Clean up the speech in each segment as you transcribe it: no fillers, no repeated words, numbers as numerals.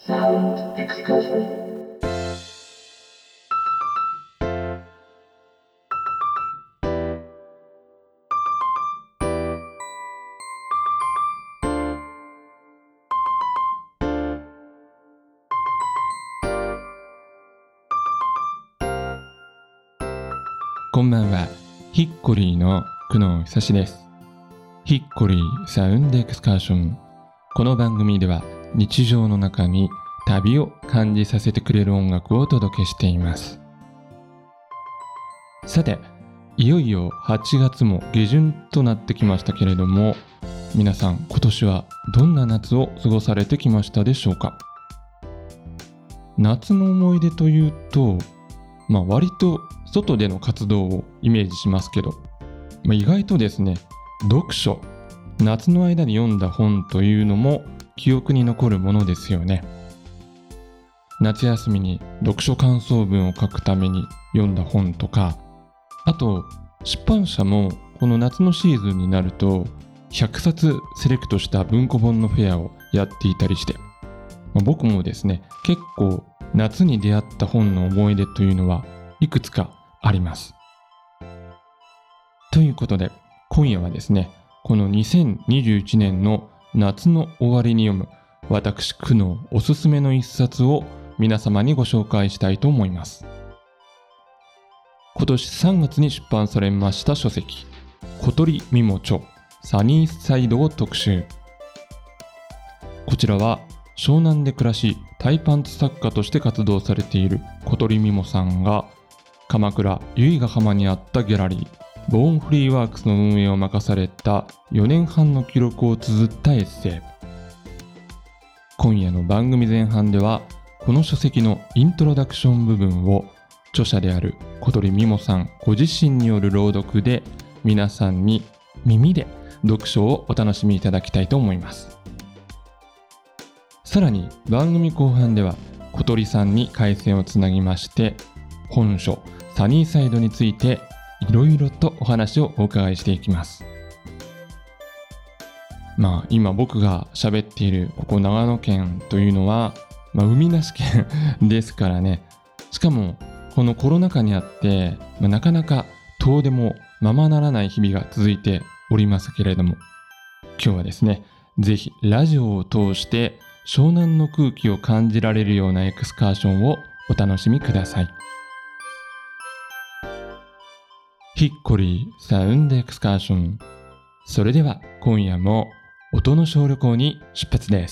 Sound excursion. こんばんは。ヒッコリーの久野久志です。ヒッコリーサウンドエクスカーション。この番組では日常の中に旅を感じさせてくれる音楽をお届けしています。さて、いよいよ8月も下旬となってきましたけれども、皆さん今年はどんな夏を過ごされてきましたでしょうか。夏の思い出というと、割と外での活動をイメージしますけど、意外とですね、読書、夏の間に読んだ本というのも記憶に残るものですよね。夏休みに読書感想文を書くために読んだ本とか、あと出版社もこの夏のシーズンになると100冊セレクトした文庫本のフェアをやっていたりして、僕もですね、結構夏に出会った本の思い出というのはいくつかあります。ということで、今夜はですね、この2021年の夏の終わりに読む私久野おすすめの一冊を皆様にご紹介したいと思います。今年3月に出版されました書籍、小鳥ミモ著サニーサイドを特集。こちらは湘南で暮らしタイパンツ作家として活動されている小鳥ミモさんが、鎌倉由比ヶ浜にあったギャラリーボーンフリーワークスの運営を任された4年半の記録を綴ったエッセイ。今夜の番組前半では、この書籍のイントロダクション部分を著者である小鳥ミモさんご自身による朗読で、皆さんに耳で読書をお楽しみいただきたいと思います。さらに番組後半では小鳥さんに回線をつなぎまして、本書サニーサイドについていろいろとお話をお伺いしていきます。今僕が喋っているここ長野県というのは、海なし県ですからね。しかもこのコロナ禍にあって、なかなか遠出もままならない日々が続いておりますけれども、今日はですね、ぜひラジオを通して湘南の空気を感じられるようなエクスカーションをお楽しみください。ヒッコリーサウンドエクスカーション。それでは今夜も音の小旅行に出発です。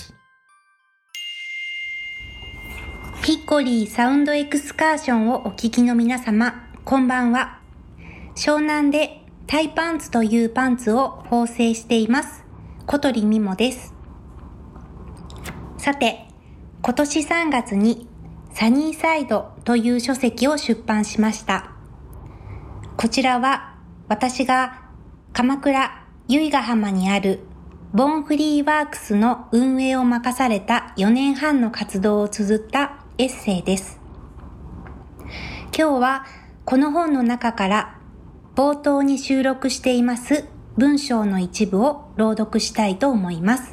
ヒッコリーサウンドエクスカーションをお聞きの皆様、こんばんは。湘南でタイパンツというパンツを縫製しています小鳥ミモです。さて、今年3月にサニーサイドという書籍を出版しました。こちらは私が鎌倉由比ヶ浜にあるボーンフリーワークスの運営を任された4年半の活動を綴ったエッセイです。今日はこの本の中から冒頭に収録しています文章の一部を朗読したいと思います。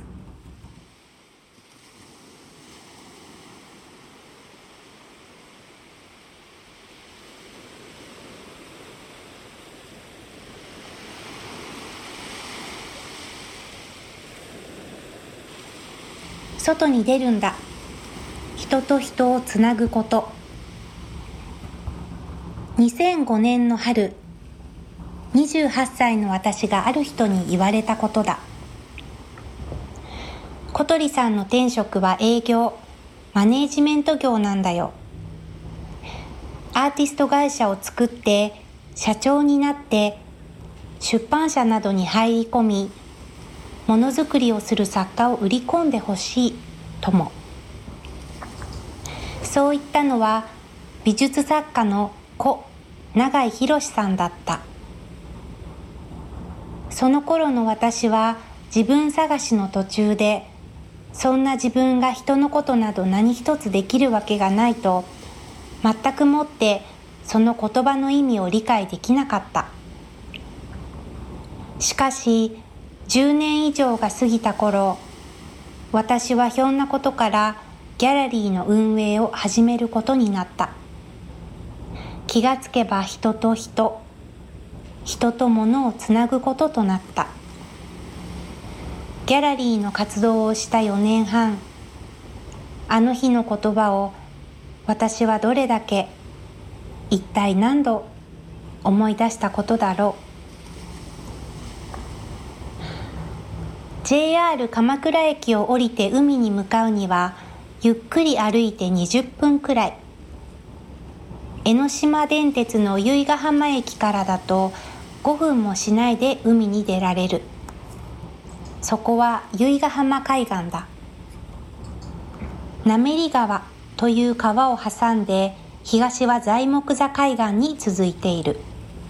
外に出るんだ。人と人をつなぐこと。2005年の春、28歳の私がある人に言われたことだ。小鳥さんの転職は営業、マネージメント業なんだよ。アーティスト会社を作って社長になって出版社などに入り込み、ものづくりをする作家を売り込んでほしいとも。そう言ったのは美術作家の故永井博さんだった。その頃の私は自分探しの途中で、そんな自分が人のことなど何一つできるわけがないと、全くもってその言葉の意味を理解できなかった。しかし10年以上が過ぎた頃、私はひょんなことからギャラリーの運営を始めることになった。気がつけば人と人、人と物をつなぐこととなった。ギャラリーの活動をした4年半、あの日の言葉を私はどれだけ、一体何度思い出したことだろう。JR 鎌倉駅を降りて海に向かうにはゆっくり歩いて20分くらい。江ノ島電鉄の由比ヶ浜駅からだと5分もしないで海に出られる。そこは由比ヶ浜海岸だ。滑川という川を挟んで東は材木座海岸に続いている。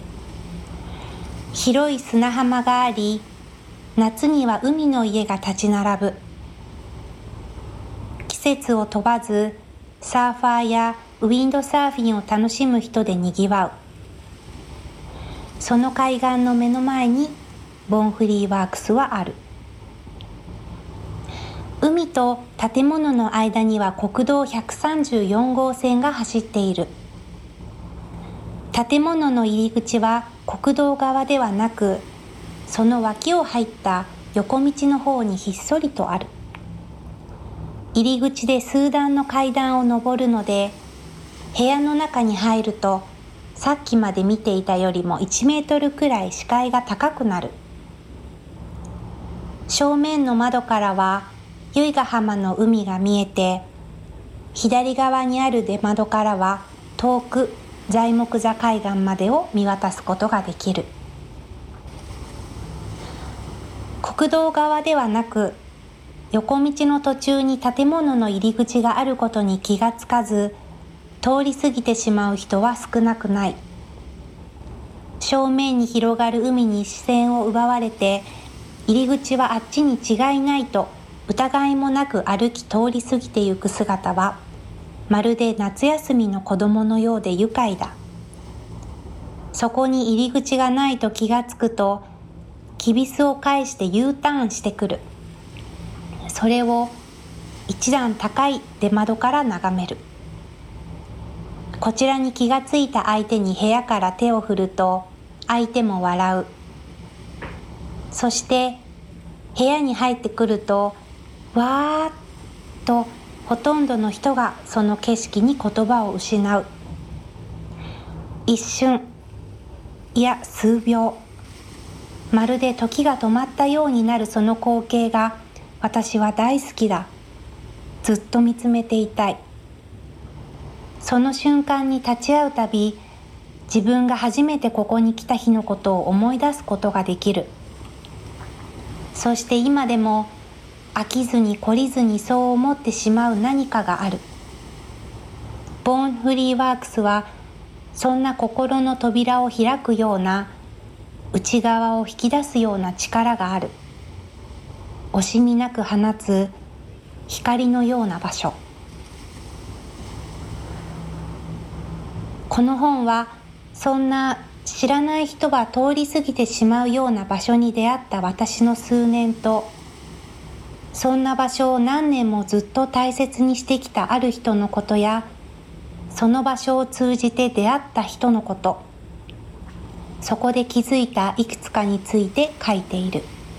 広い砂浜があり、夏には海の家が立ち並ぶ。季節を問わずサーファーやウィンドサーフィンを楽しむ人でにぎわう。その海岸の目の前にボンフリーワークスはある。海と建物の間には国道134号線が走っている。建物の入り口は国道側ではなく、その脇を入った横道の方にひっそりとある。入り口で数段の階段を上るので、部屋の中に入るとさっきまで見ていたよりも1メートルくらい視界が高くなる。正面の窓からは由比ヶ浜の海が見えて、左側にある出窓からは遠く材木座海岸までを見渡すことができる。国道側ではなく、横道の途中に建物の入り口があることに気がつかず、通り過ぎてしまう人は少なくない。正面に広がる海に視線を奪われて、入り口はあっちに違いないと疑いもなく歩き通り過ぎてゆく姿は、まるで夏休みの子供のようで愉快だ。そこに入り口がないと気がつくと、きびすを返して U ターンしてくる。それを一段高い出窓から眺める。こちらに気がついた相手に部屋から手を振ると、相手も笑う。そして部屋に入ってくると、わーっとほとんどの人がその景色に言葉を失う。一瞬、いや数秒、まるで時が止まったようになるその光景が私は大好きだ。ずっと見つめていたい。その瞬間に立ち会うたび、自分が初めてここに来た日のことを思い出すことができる。そして今でも飽きずに懲りずにそう思ってしまう何かがある。ボーンフリーワークスはそんな心の扉を開くような、内側を引き出すような力がある。惜しみなく放つ光のような場所。この本はそんな知らない人は通り過ぎてしまうような場所に出会った私の数年と、そんな場所を何年もずっと大切にしてきたある人のことや、その場所を通じて出会った人のこと、そこで気づいたいくつかについて書いている。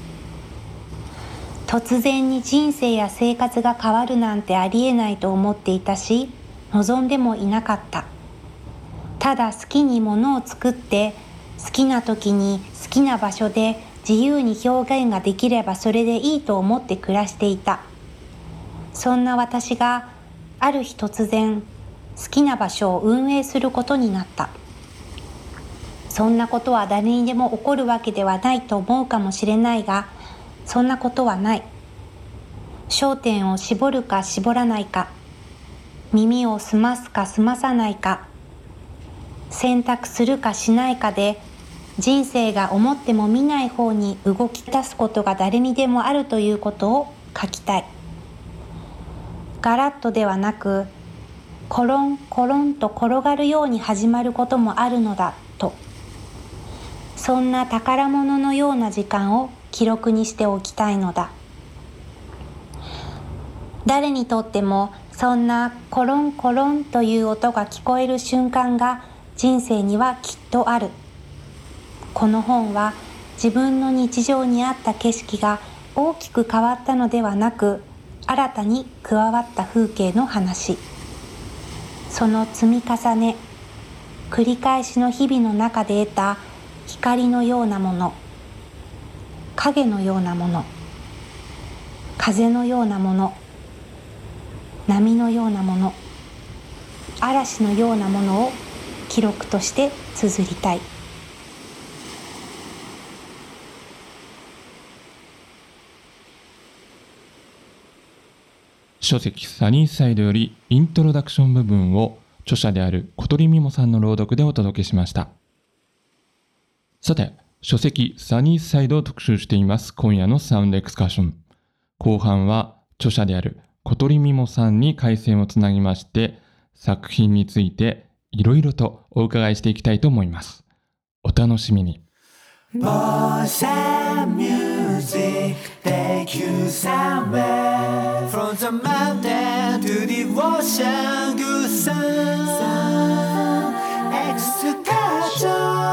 突然に人生や生活が変わるなんてありえないと思っていたし、望んでもいなかった。ただ好きにものを作って、好きな時に好きな場所で自由に表現ができればそれでいいと思って暮らしていた。そんな私がある日突然好きな場所を運営することになった。そんなことは誰にでも起こるわけではないと思うかもしれないが、そんなことはない。焦点を絞るか絞らないか、耳を澄ますか澄まさないか、選択するかしないかで、人生が思っても見ない方に動き出すことが誰にでもあるということを書きたい。ガラッとではなく、コロンコロンと転がるように始まることもあるのだと。そんな宝物のような時間を記録にしておきたいのだ。誰にとってもそんなコロンコロンという音が聞こえる瞬間が人生にはきっとある。この本は自分の日常にあった景色が大きく変わったのではなく、新たに加わった風景の話。その積み重ね、繰り返しの日々の中で得た光のようなもの、影のようなもの、風のようなもの、波のようなもの、嵐のようなものを記録として綴りたい。 書籍サニーサイドよりイントロダクション部分を著者である小鳥美萌さんの朗読でお届けしました。さて、書籍サニーサイドを特集しています今夜のサウンドエクスカーション。後半は著者である小鳥美萌さんに回線をつなぎまして、作品についていろいろとお伺いしていきたいと思います。お楽しみに。 Bossa music take you somewhere from the mountain to the ocean. Good sun, excursion.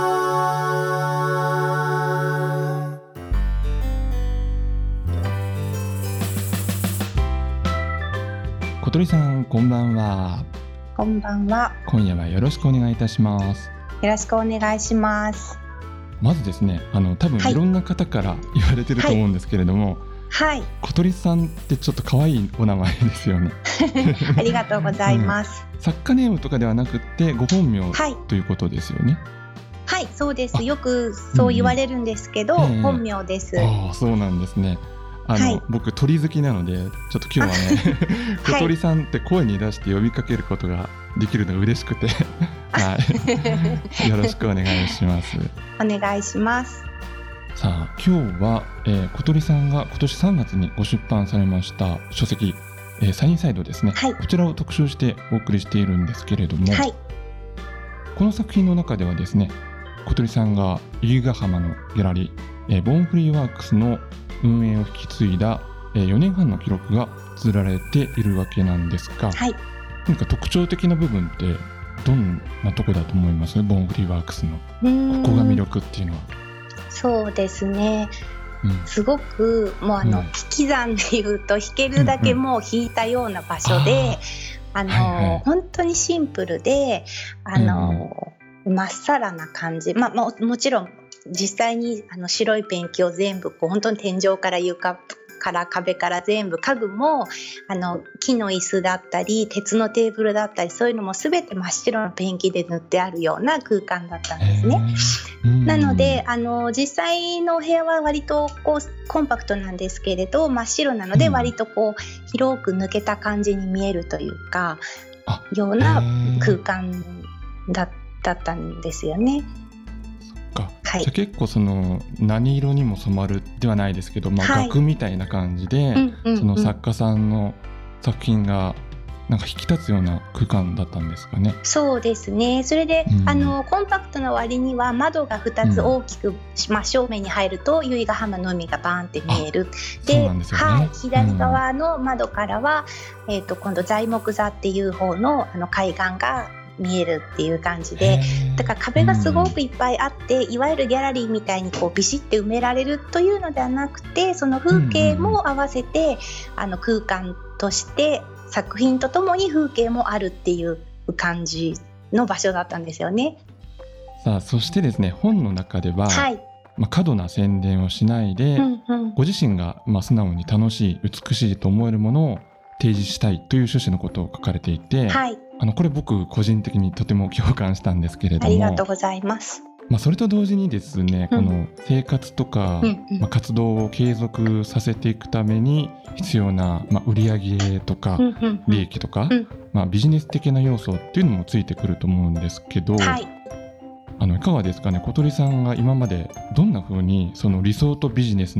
小鳥さん、こんばんは。 こんばんは。 今夜はよろしくお願いいたします。 よろしくお願いします。 まずですね、多分いろんな方から言われてると思うんですけれども、 はい、 小鳥さんってちょっと可愛いお名前ですよね。 ありがとうございます、 作家ネームとかではなくってご本名、ということですよね。 はい、そうです。よくそう言われるんですけど、本名です。 ああ、そうなんですね。僕鳥好きなので、ちょっと今日はね小鳥さんって声に出して呼びかけることができるのが嬉しくてはい、よろしくお願いします。 お願いします。 さあ、今日は、小鳥さんが今年3月にご出版されました書籍、サニーサイドですね、こちらを特集してお送りしているんですけれども、この作品の中ではですね、小鳥さんが由比ヶ浜のギャラリー、ボーンフリーワークスの運営を引き継いだ4年半の記録が綴られているわけなんですが、何か特徴的な部分ってどんなとこだと思います？ボーンフリーワークスのここが魅力っていうのは。 そうですね、すごくもう引き算でいうと弾けるだけもう弾いたような場所で、本当にシンプルでまっさらな感じ、もちろん実際に白いペンキを全部本当に天井から床から壁から全部、家具も木の椅子だったり鉄のテーブルだったり、そういうのも全て真っ白のペンキで塗ってあるような空間だったんですね。なので実際のお部屋は割とコンパクトなんですけれど、真っ白なので割と広く抜けた感じに見えるというか、ような空間だったんですよね。 じゃあ結構何色にも染まるではないですけど、額みたいな感じで、その作家さんの作品がなんか引き立つような空間だったんですかね。 そうですね。それで、コンパクトな割には窓が2つ大きく、真正面に入ると由比ヶ浜の海がバーンって見える。で、左側の窓からは、今度材木座っていう方の海岸が見えるっていう感じで、だから壁がすごくいっぱいあって、いわゆるギャラリーみたいにビシッて埋められるというのではなくて、その風景も合わせて空間として作品とともに風景もあるっていう感じの場所だったんですよね。 さあ、そしてですね、本の中では、過度な宣伝をしないで、ご自身が素直に楽しい美しいと思えるものを提示したいという趣旨のことを書かれていて、これ僕個人的にとても共感したんですけれども、 ありがとうございます。 それと同時にですね、この生活とか、活動を継続させていくために必要な、売上とか、利益とか、ビジネス的な要素っていうのもついてくると思うんですけど、いかがですかね。小鳥さんが今までどんな風にその理想とビジネスの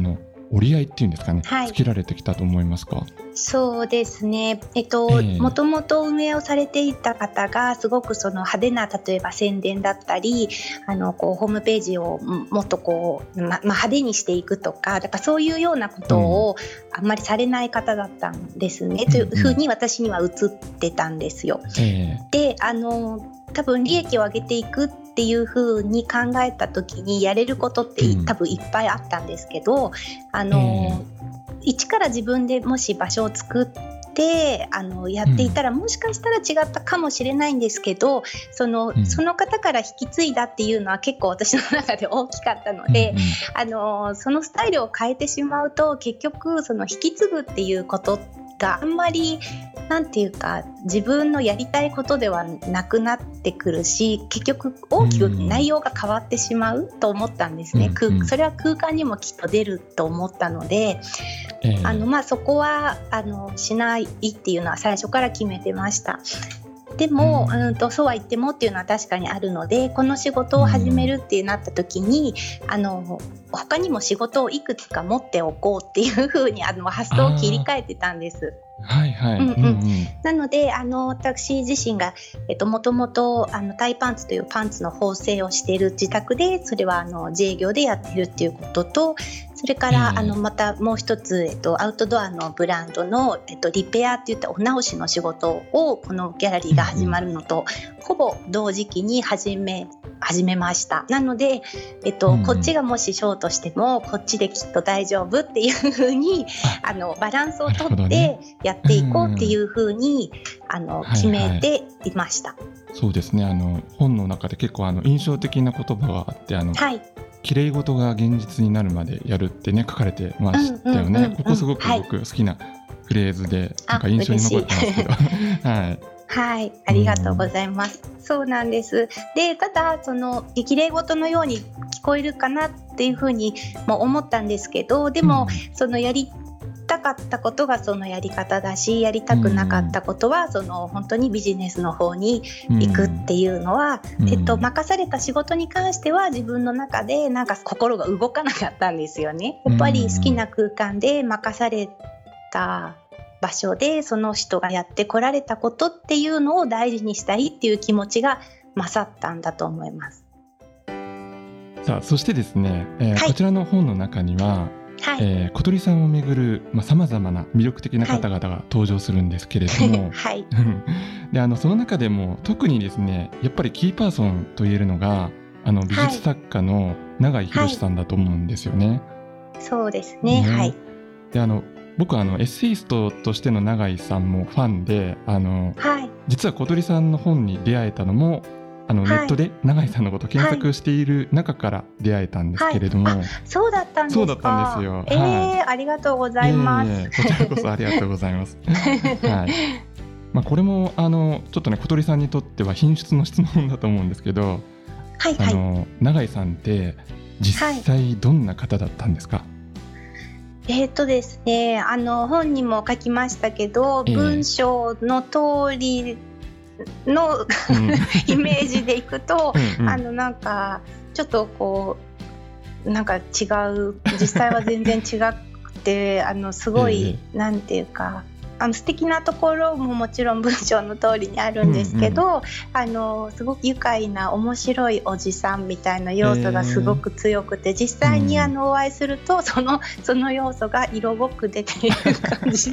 折り合いっていうんですかね、 はい、 つけられてきたと思いますか？ そうですね、もともと運営をされていた方がすごくその派手な例えば宣伝だったりこうホームページをもっとこう、派手にしていくとか、だからそういうようなことをあんまりされない方だったんですね、というふうに私には映ってたんですよ。で多分利益を上げていくっていう風に考えた時にやれることって多分いっぱいあったんですけど、一から自分でもし場所を作ってやっていたら、もしかしたら違ったかもしれないんですけど、その方から引き継いだっていうのは結構私の中で大きかったので、そのスタイルを変えてしまうと結局その引き継ぐっていうことがあんまりなんていうか自分のやりたいことではなくなってくるし、結局大きく内容が変わってしまうと思ったんですね。それは空間にもきっと出ると思ったので、そこはしないっていうのは最初から決めてました。でも、そうは言ってもっていうのは確かにあるので、この仕事を始めるってなった時に他にも仕事をいくつか持っておこうっていう風に発想を切り替えてたんです。 はいはい。 なので私自身がもともとタイパンツというパンツの縫製をしている自宅で、それは自営業でやっているっていうことと、それからまたもう一つ、アウトドアのブランドの、リペアっていったお直しの仕事をこのギャラリーが始まるのと、ほぼ同時期に始めました。なので、こっちがもしショートしてもこっちできっと大丈夫っていう風にバランスをとってやっていこうっていう風に決めていました。 そうですね、本の中で結構印象的な言葉があって、綺麗事が現実になるまでやるってね書かれてましたよね。ここすごく僕好きなフレーズで、なんか印象に残ってますけどはい、ありがとうございます。そうなんです。で、ただ綺麗事のように聞こえるかなっていうふうにも思ったんですけど、でも、やりたかったことがそのやり方だし、やりたくなかったことは本当にビジネスの方に行くっていうのは、任された仕事に関しては自分の中でなんか心が動かなかったんですよね。やっぱり好きな空間で任された場所でその人がやってこられたことっていうのを大事にしたいっていう気持ちが勝ったんだと思います。 さあ、そしてですね、こちらの本の中には、小鳥さんをめぐるさまざまな魅力的な方々が登場するんですけれども、でその中でも特にですね、やっぱりキーパーソンといえるのが美術作家の永井博さんだと思うんですよね。 そうですね。 で僕はエッセイストとしての永井さんもファンで実は小鳥さんの本に出会えたのもネットで永井さんのことを検索している中から出会えたんですけれども、 そうだったんですか。 そうだったんですよ。 ありがとうございます。 こちらこそありがとうございます。これもちょっとね、小鳥さんにとっては品質の質問だと思うんですけど、永井さんって実際どんな方だったんですか？ ですね、本にも書きましたけど、文章の通りのイメージでいくとなんかちょっとこうなんか違う、実際は全然違くてすごいなんていうか素敵なところももちろん文章の通りにあるんですけど、すごく愉快な面白いおじさんみたいな要素がすごく強くて、実際にお会いするとその要素が色濃く出ている感じ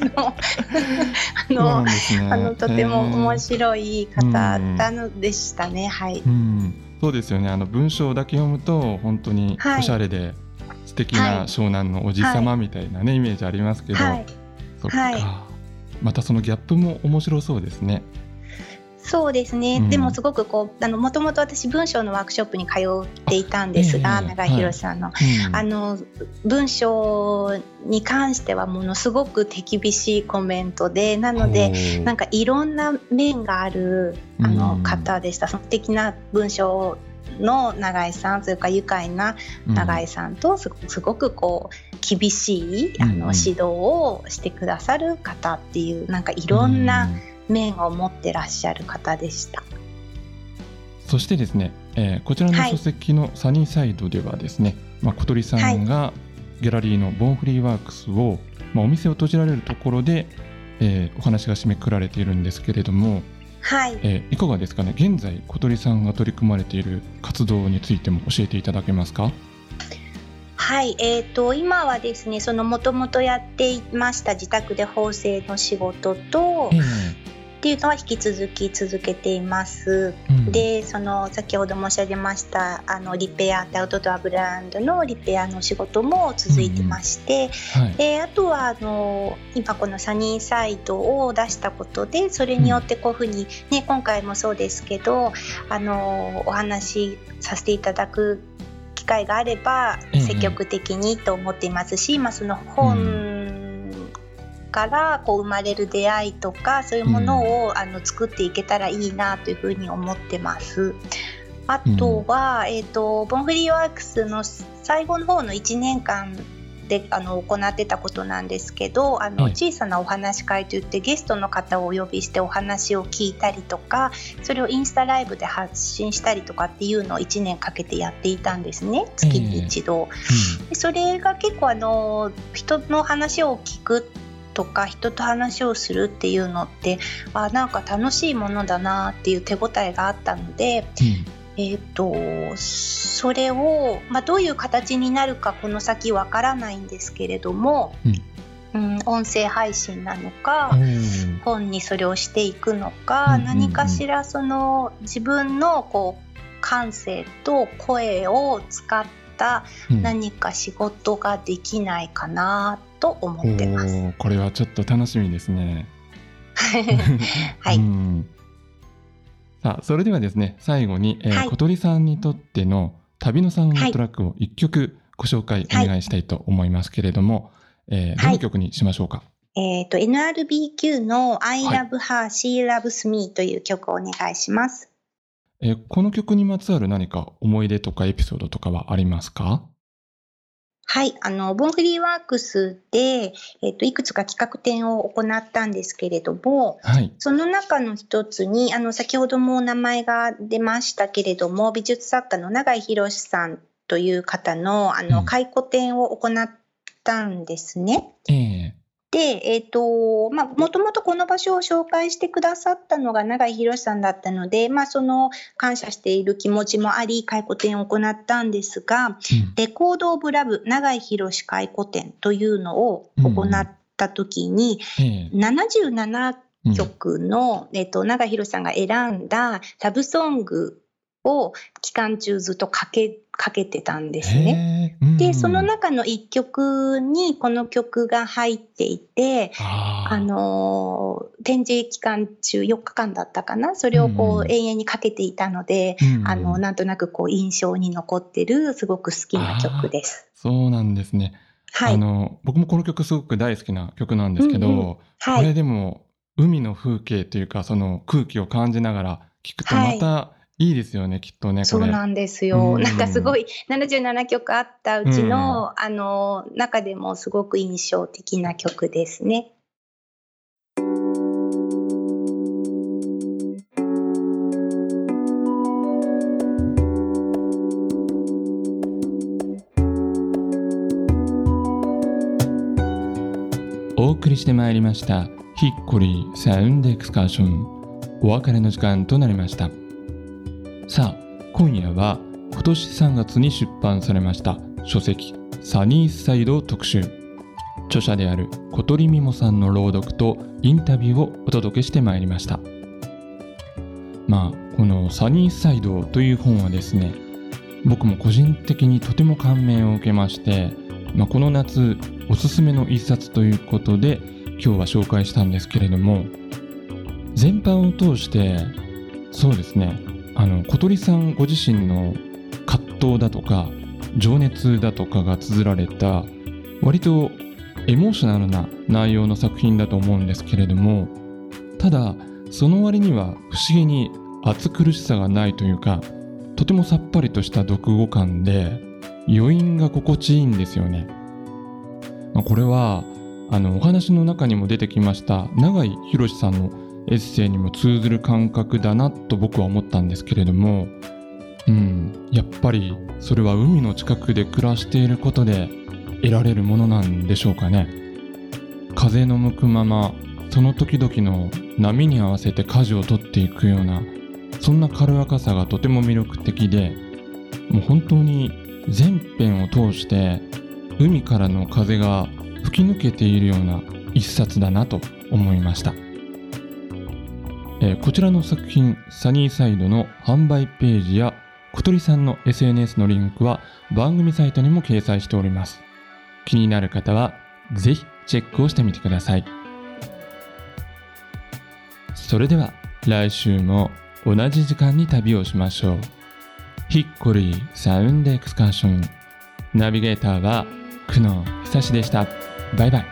のとても面白い方だのでしたね。 そうですよね。文章だけ読むと本当におしゃれで素敵な湘南のおじさまみたいなね、イメージありますけど、そっか、またそのギャップも面白そうですね。 そうですね、でもすごくもともと私文章のワークショップに通っていたんですが、永井博さんの、文章に関してはものすごく手厳しいコメントで、なのでなんかいろんな面がある方でした。その素敵な文章の永井さん、それから愉快な永井さんとすごく厳しい指導をしてくださる方っていう、なんかいろんな面を持ってらっしゃる方でした。 そしてですね、こちらの書籍のサニーサイドではですね、小鳥さんが、 ギャラリーのボンフリーワークスを、お店を閉じられるところで、お話が締めくくられているんですけれども、 はい、 いかがですかね。現在小鳥さんが取り組まれている活動についても教えていただけますか？ はい、今はですね、そのもともとやっていました自宅で縫製の仕事と、っていうのは引き続き続けています、でその先ほど申し上げましたリペアってアウトドアブランドのリペアの仕事も続いてまして、であとは今このサニーサイドを出したことで、それによってこういうふうに、ね、今回もそうですけどお話しさせていただく機会があれば積極的にと思っていますし、その本からこう生まれる出会いとかそういうものを作っていけたらいいなというふうに思ってます。あとは、ボンフリーワークスの最後の方の1年間で行ってたことなんですけど、小さなお話会といってゲストの方をお呼びしてお話を聞いたりとか、それをインスタライブで発信したりとかっていうのを1年かけてやっていたんですね、月に一度、でそれが結構人の話を聞くとか人と話をするっていうのってなんか楽しいものだなっていう手応えがあったので、それを、どういう形になるかこの先わからないんですけれども、音声配信なのか、本にそれをしていくのか、何かしらその自分のこう感性と声を使った何か仕事ができないかなと思ってます。 これはちょっと楽しみですね。 はい、 さあそれではですね、最後に、小鳥さんにとっての旅のサウンドトラックを1曲ご紹介お願いしたいと思いますけれども、どの曲にしましょうか？ NRBQ の I Love Her, She Loves Me という曲をお願いします。 この曲にまつわる何か思い出とかエピソードとかはありますか？ はい、ボンフリーワークスで、いくつか企画展を行ったんですけれども、その中の一つに先ほども名前が出ましたけれども、美術作家の永井博さんという方の回顧展を行ったんですね。で、もともとこの場所を紹介してくださったのが永井博さんだったので、その感謝している気持ちもあり回顧展を行ったんですが、レコードオブラブ永井博回顧展というのを行った時に、77曲の、永井博さんが選んだラブソングを期間中ずっとかけてたんですね。でその中の1曲にこの曲が入っていて、展示期間中4日間だったかな、それをこう永遠にかけていたので、なんとなくこう印象に残ってるすごく好きな曲です。 そうなんですね。僕もこの曲すごく大好きな曲なんですけど、これでも海の風景というかその空気を感じながら聴くとまた、いいですよね、きっとね。 そうなんですよ。なんかすごい77曲あったうちの、中でもすごく印象的な曲ですね。 お送りしてまいりましたヒッコリーサウンドエクスカーション、お別れの時間となりました。さあ今夜は今年3月に出版されました書籍サニーサイド特集、著者である小鳥みもさんの朗読とインタビューをお届けしてまいりました。このサニーサイドという本はですね、僕も個人的にとても感銘を受けまして、この夏おすすめの一冊ということで今日は紹介したんですけれども、全般を通してそうですね、小鳥さんご自身の葛藤だとか情熱だとかが綴られた割とエモーショナルな内容の作品だと思うんですけれども、ただその割には不思議に暑苦しさがないというか、とてもさっぱりとした読後感で余韻が心地いいんですよね。これはお話の中にも出てきました永井博さんのエッセイにも通ずる感覚だなと僕は思ったんですけれども、やっぱりそれは海の近くで暮らしていることで得られるものなんでしょうかね。風の向くままその時々の波に合わせて舵を取っていくような、そんな軽やかさがとても魅力的で、もう本当に全編を通して海からの風が吹き抜けているような一冊だなと思いました。こちらの作品サニーサイドの販売ページや小鳥さんの SNS のリンクは番組サイトにも掲載しております。気になる方はぜひチェックをしてみてください。それでは来週も同じ時間に旅をしましょう。ヒッコリーサウンドエクスカーション、ナビゲーターは久野久志でした。バイバイ。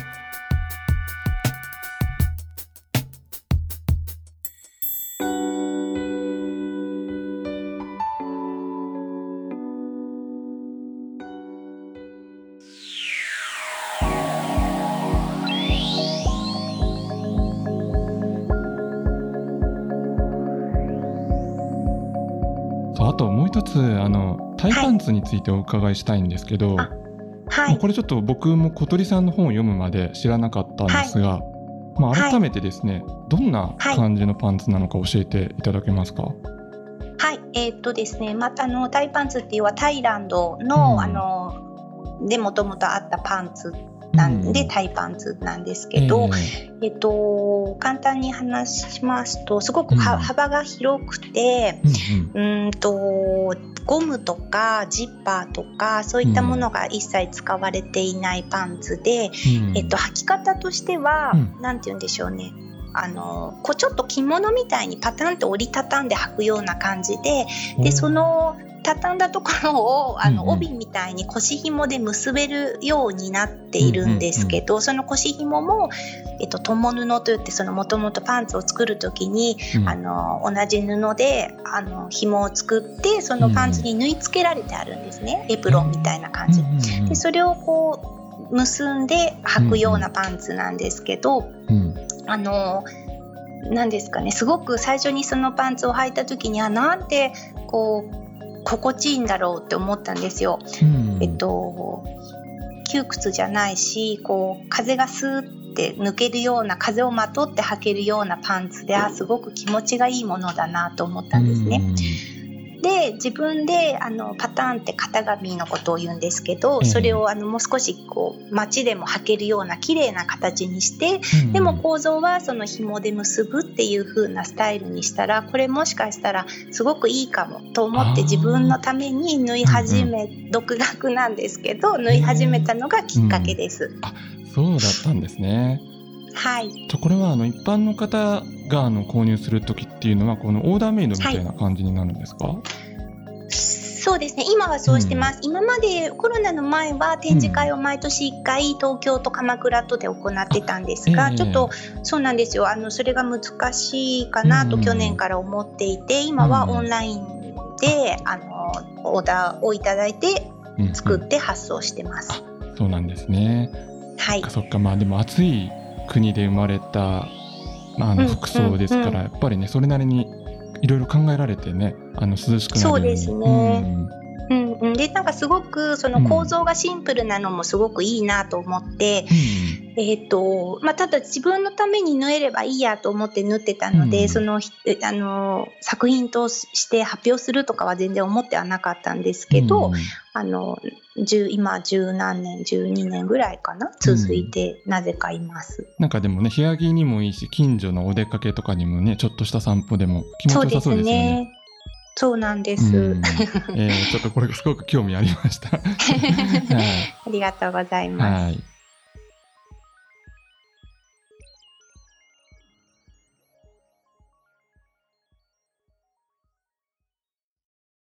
あともう一つタイパンツについてお伺いしたいんですけど、 はい、 これちょっと僕も小鳥さんの本を読むまで知らなかったんですが、改めてですね、どんな感じのパンツなのか教えていただけますか？ はい、ですね、タイパンツっていうのはタイランドの、でもともとあったパンツなんで、タイパンツなんですけど、簡単に話しますとすごく幅が広くて、ゴムとかジッパーとかそういったものが一切使われていないパンツで、履き方としては、なんて言うんでしょうね、ちょっと着物みたいにパタンと折りたたんで履くような感じで、その畳んだところを帯みたいに腰紐で結べるようになっているんですけど、その腰紐も、共布といってもともとパンツを作る時に、同じ布で紐を作ってそのパンツに縫い付けられてあるんですね、エプロンみたいな感じで、それをこう結んで履くようなパンツなんですけど、なんですかね、すごく最初にそのパンツを履いた時になんて心地いいんだろうって思ったんですよ。窮屈じゃないし、風がスーって抜けるような、風をまとって履けるようなパンツですごく気持ちがいいものだなと思ったんですね。で、自分でパターンって型紙のことを言うんですけど、それをもう少し街でも履けるような綺麗な形にして、でも構造はその紐で結ぶっていう風なスタイルにしたら、これもしかしたらすごくいいかもと思って自分のために縫い始め、独学なんですけど縫い始めたのがきっかけです。 そうだったんですね。 はい。 これは一般の方が購入するときっていうのはこのオーダーメイドみたいな感じになるんですか？ そうですね、今はそうしてます。今までコロナの前は展示会を毎年1回東京と鎌倉とで行ってたんですが、ちょっとそうなんですよ、それが難しいかなと去年から思っていて、今はオンラインでオーダーをいただいて作って発送してます。 そうなんですね。 はい。 そっか、でも暑い国で生まれた服装ですから、やっぱりねそれなりにいろいろ考えられてね、涼しくなるように。そうですね。 で、なんかすごくその構造がシンプルなのもすごくいいなと思って、ただ自分のために縫えればいいやと思って縫ってたので、その作品として発表するとかは全然思ってはなかったんですけど、今十何年12年ぐらいかな続いてなぜかいます。 なんかでもね、部屋着にもいいし、近所のお出かけとかにもね、ちょっとした散歩でも気持ちよさそうですよね。 そうなんです。 ちょっとこれすごく興味ありました。はい、 ありがとうございます。 はい。